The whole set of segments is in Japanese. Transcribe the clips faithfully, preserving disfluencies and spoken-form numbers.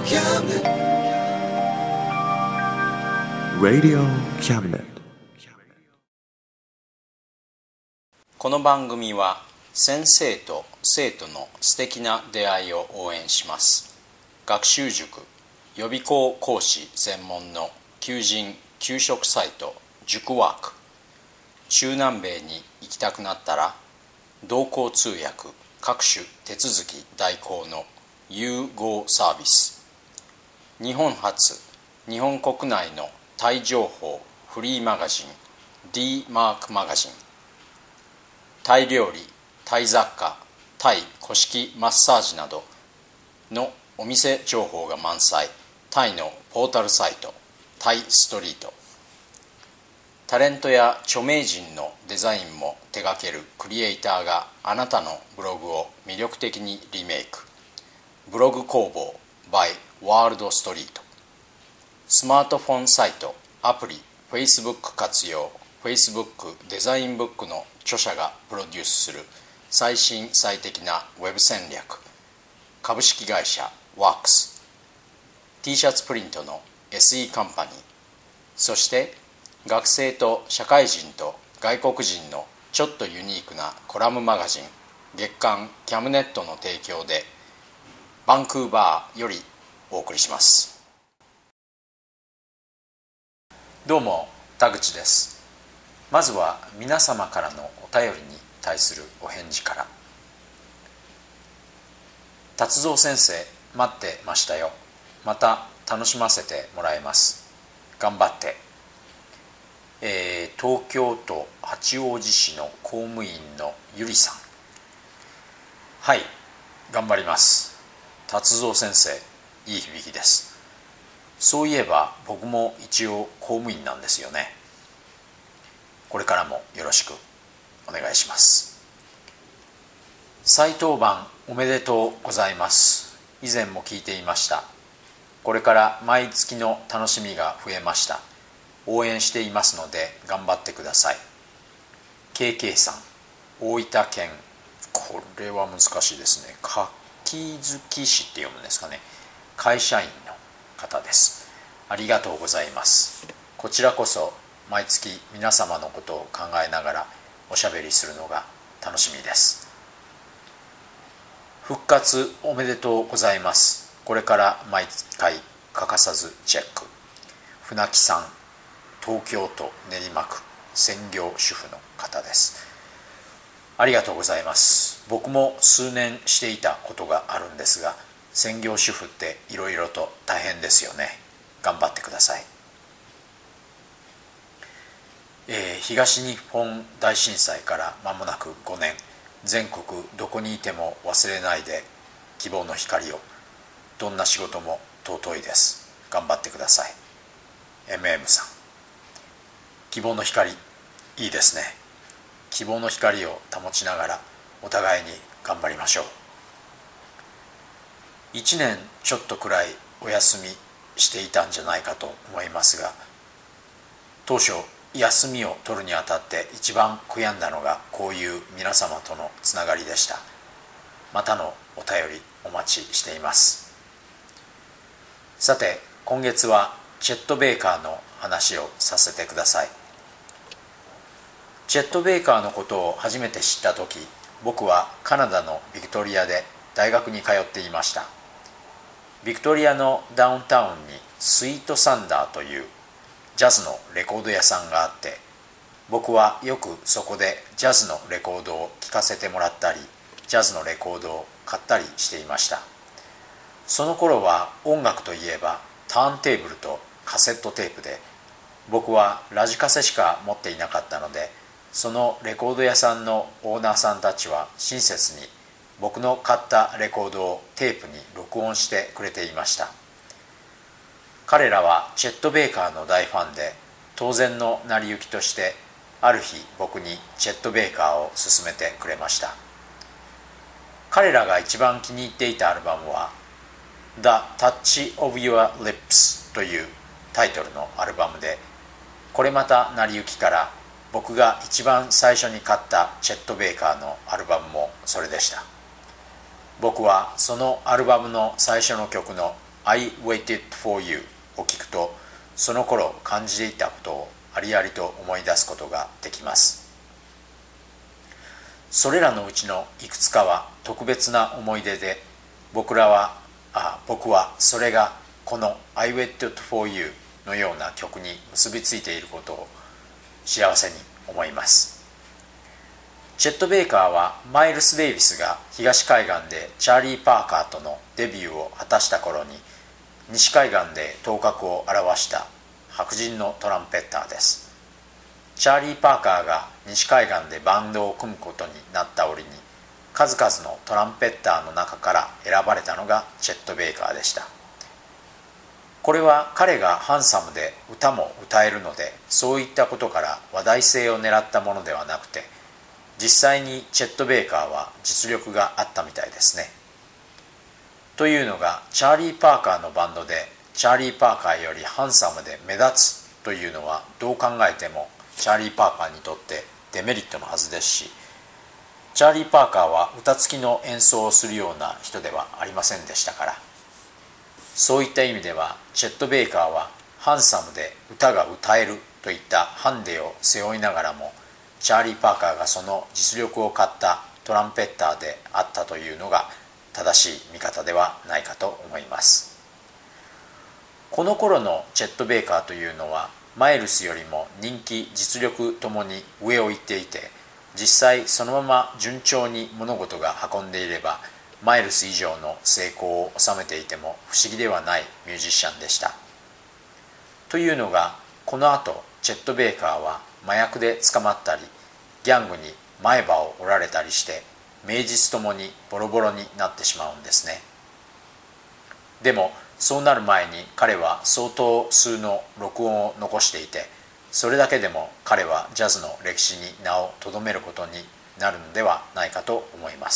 Radio Cabinet。 この番組は先生と生徒の素敵な出会いを応援します。学習塾予備校講師専門の求人・求職サイト塾ワーク。中南米に行きたくなったら同行通訳各種手続き代行の融合サービス。日本初日本国内のタイ情報フリーマガジン D マークマガジン。タイ料理、タイ雑貨、タイ古式マッサージなどのお店情報が満載。タイのポータルサイトタイストリート。タレントや著名人のデザインも手掛けるクリエイターがあなたのブログを魅力的にリメイク。ブログ工房 by ワールドストリート。スマートフォンサイト、アプリ、Facebook 活用 Facebook デザインブックの著者がプロデュースする最新最適なウェブ戦略。株式会社ワークス。 T シャツプリントの エスイー カンパニー。そして学生と社会人と外国人のちょっとユニークなコラムマガジン月刊キャムネットの提供でバンクーバーよりお送りします。どうも田口です。まずは皆様からのお便りに対するお返事から。達三先生待ってましたよ。また楽しませてもらいます。頑張って。えー、東京都八王子市の公務員のゆりさん。はい、頑張ります。達三先生、いい響きです。そういえば僕も一応公務員なんですよね。これからもよろしくお願いします。再登板おめでとうございます。以前も聞いていました。これから毎月の楽しみが増えました。応援していますので頑張ってください。 ケーケー さん、大分県、これは難しいですね、柿月市って読むんですかね、会社員の方です。ありがとうございます。こちらこそ毎月皆様のことを考えながらおしゃべりするのが楽しみです。復活おめでとうございます。これから毎回欠かさずチェック。船木さん、東京都練馬区専業主婦の方です。ありがとうございます。僕も数年していたことがあるんですが、専業主婦っていろいろと大変ですよね。頑張ってください。えー、東日本大震災から間もなくごねん。全国どこにいても忘れないで希望の光を。どんな仕事も尊いです。頑張ってください。 エムエム さん、希望の光、いいですね。希望の光を保ちながらお互いに頑張りましょう。いちねんちょっとくらいお休みしていたんじゃないかと思いますが、当初休みを取るにあたって一番悔やんだのがこういう皆様とのつながりでした。またのお便りお待ちしています。さて、今月はチェット・ベイカーの話をさせてください。チェット・ベイカーのことを初めて知った時、僕はカナダのビクトリアで大学に通っていました。ビクトリアのダウンタウンにスイートサンダーというジャズのレコード屋さんがあって、僕はよくそこでジャズのレコードを聴かせてもらったり、ジャズのレコードを買ったりしていました。その頃は音楽といえばターンテーブルとカセットテープで、僕はラジカセしか持っていなかったので、そのレコード屋さんのオーナーさんたちは親切に僕の買ったレコードをテープに録音してくれていました。彼らはチェット・ベイカーの大ファンで、当然の成り行きとしてある日僕にチェット・ベイカーを勧めてくれました。彼らが一番気に入っていたアルバムは The Touch of Your Lips というタイトルのアルバムで、これまた成り行きから僕が一番最初に買ったチェット・ベイカーのアルバムもそれでした。僕はそのアルバムの最初の曲の I waited for you を聞くと、その頃感じていたことをありありと思い出すことができます。それらのうちのいくつかは特別な思い出で、僕らはあ僕はそれがこの I waited for you のような曲に結びついていることを幸せに思います。チェット・ベイカーはマイルス・デイビスが東海岸でチャーリー・パーカーとのデビューを果たした頃に西海岸で頭角を現した白人のトランペッターです。チャーリー・パーカーが西海岸でバンドを組むことになった折に数々のトランペッターの中から選ばれたのがチェット・ベイカーでした。これは彼がハンサムで歌も歌えるので、そういったことから話題性を狙ったものではなくて、実際にチェット・ベイカーは実力があったみたいですね。というのが、チャーリー・パーカーのバンドでチャーリー・パーカーよりハンサムで目立つというのはどう考えてもチャーリー・パーカーにとってデメリットのはずですし、チャーリー・パーカーは歌付きの演奏をするような人ではありませんでしたから、そういった意味ではチェット・ベイカーはハンサムで歌が歌えるといったハンデを背負いながらも、チャーリー・パーカーがその実力を買ったトランペッターであったというのが正しい見方ではないかと思います。この頃のチェット・ベイカーというのはマイルスよりも人気実力ともに上を行っていて、実際そのまま順調に物事が運んでいればマイルス以上の成功を収めていても不思議ではないミュージシャンでした。というのが、この後チェット・ベイカーは麻薬で捕まったりギャングに前歯を折られたりして名実ともにボロボロになってしまうんですね。でもそうなる前に彼は相当数の録音を残していて、それだけでも彼はジャズの歴史に名を留めることになるのではないかと思います。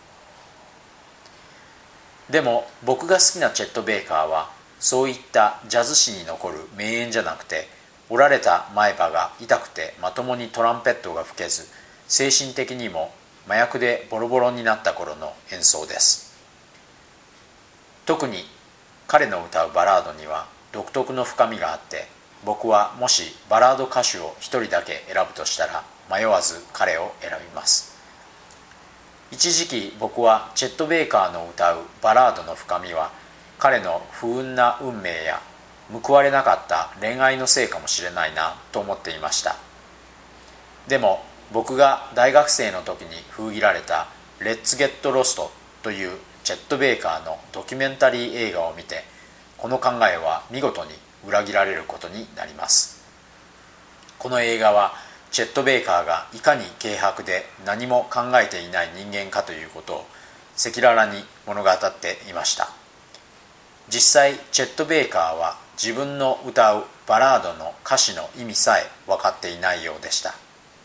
でも僕が好きなチェット・ベイカーはそういったジャズ史に残る名演じゃなくて、折られた前歯が痛くてまともにトランペットが吹けず、精神的にも麻薬でボロボロになった頃の演奏です。特に彼の歌うバラードには独特の深みがあって、僕はもしバラード歌手を一人だけ選ぶとしたら迷わず彼を選びます。一時期僕はチェット・ベイカーの歌うバラードの深みは彼の不運な運命や報われなかった恋愛のせいかもしれないなと思っていました。でも僕が大学生の時に封切られた「レッツ・ゲット・ロスト」というチェット・ベイカーのドキュメンタリー映画を見て、この考えは見事に裏切られることになります。この映画はチェット・ベイカーがいかに軽薄で何も考えていない人間かということを赤裸々に物語っていました。実際チェット・ベイカーは自分の歌うバラードの歌詞の意味さえ分かっていないようでした。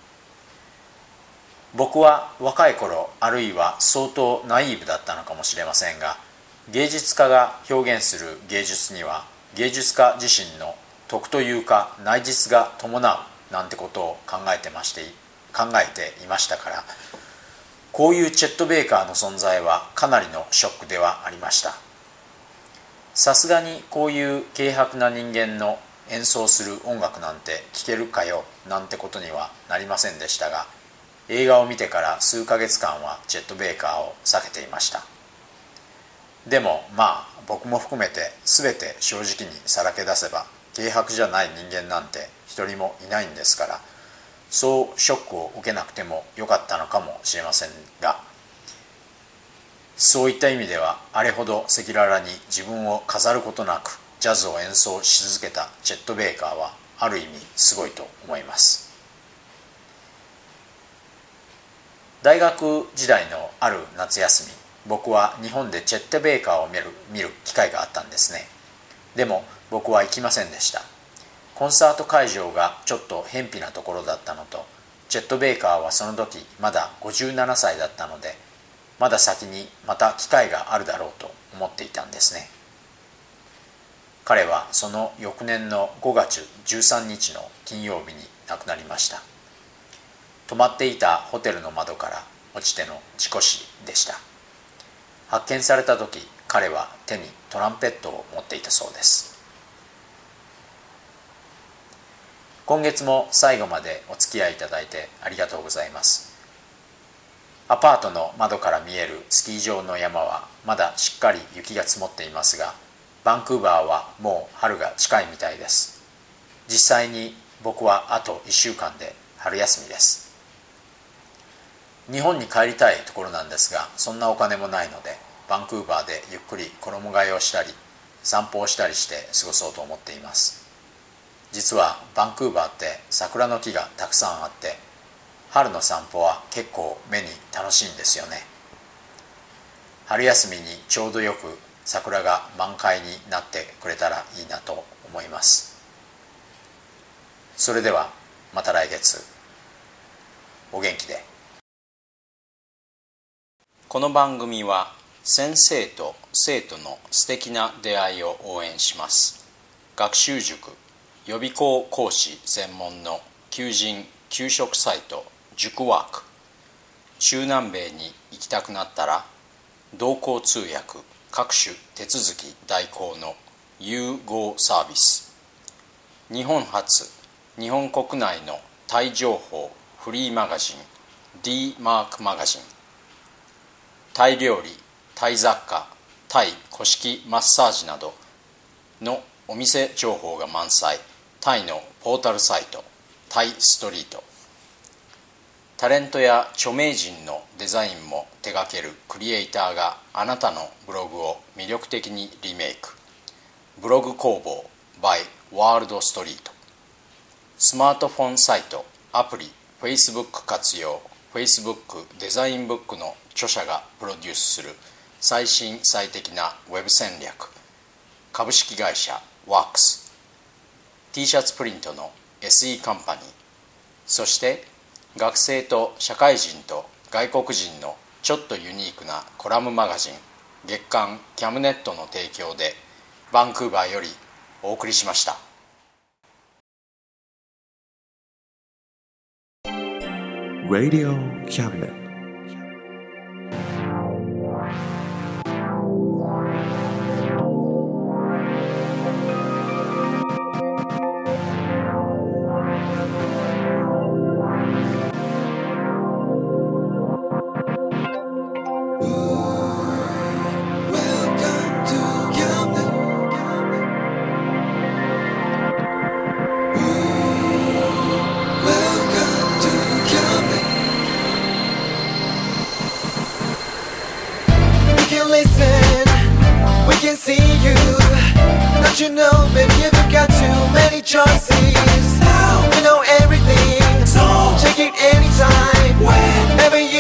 僕は若い頃、あるいは相当ナイーブだったのかもしれませんが、芸術家が表現する芸術には芸術家自身の徳というか内実が伴うなんてことを考えてまして考えていましたから、こういうチェット・ベイカーの存在はかなりのショックではありました。さすがにこういう軽薄な人間の演奏する音楽なんて聴けるかよなんてことにはなりませんでしたが、映画を見てから数ヶ月間はチェット・ベイカーを避けていました。でもまあ僕も含めて全て正直にさらけ出せば、軽薄じゃない人間なんて一人もいないんですから、そうショックを受けなくてもよかったのかもしれませんが、そういった意味ではあれほど赤裸々に自分を飾ることなくジャズを演奏し続けたチェット・ベイカーはある意味すごいと思います。大学時代のある夏休み、僕は日本でチェット・ベイカーを見る、見る機会があったんですね。でも僕は行きませんでした。コンサート会場がちょっと偏僻なところだったのと、チェット・ベイカーはその時まだごじゅうななさいだったので、まだ先にまた機会があるだろうと思っていたんですね。彼はその翌年のごがつじゅうさんにちの金曜日に亡くなりました。泊まっていたホテルの窓から落ちての事故死でした。発見された時、 彼は手にトランペットを持っていたそうです。今月も最後までお付き合いいただいてありがとうございます。アパートの窓から見えるスキー場の山はまだしっかり雪が積もっていますが、バンクーバーはもう春が近いみたいです。実際に僕はあといっしゅうかんで春休みです。日本に帰りたいところなんですが、そんなお金もないので、バンクーバーでゆっくり衣替えをしたり散歩をしたりして過ごそうと思っています。実はバンクーバーって桜の木がたくさんあって、春の散歩は結構目に楽しいんですよね。春休みにちょうどよく桜が満開になってくれたらいいなと思います。それではまた来月お元気で。この番組は先生と生徒の素敵な出会いを応援します。学習塾予備校講師専門の求人・求職サイト塾ワーク。中南米に行きたくなったら同行通訳各種手続き代行の融合サービス。日本初日本国内のタイ情報フリーマガジン D マークマガジン。タイ料理、タイ雑貨、タイ古式マッサージなどのお店情報が満載。タイのポータルサイトタイストリート。タレントや著名人のデザインも手掛けるクリエイターがあなたのブログを魅力的にリメイク。ブログ工房 by ワールドストリート。スマートフォンサイトアプリ Facebook 活用 Facebook デザインブックの著者がプロデュースする最新最適なウェブ戦略。株式会社ワークス。 T シャツプリントの エスイー カンパニー。そして学生と社会人と外国人のちょっとユニークなコラムマガジン月刊キャムネットの提供でバンクーバーよりお送りしました。 Radio Cabinet. You know, baby, you've got too many choices. You know everything, so check it anytime, whenever you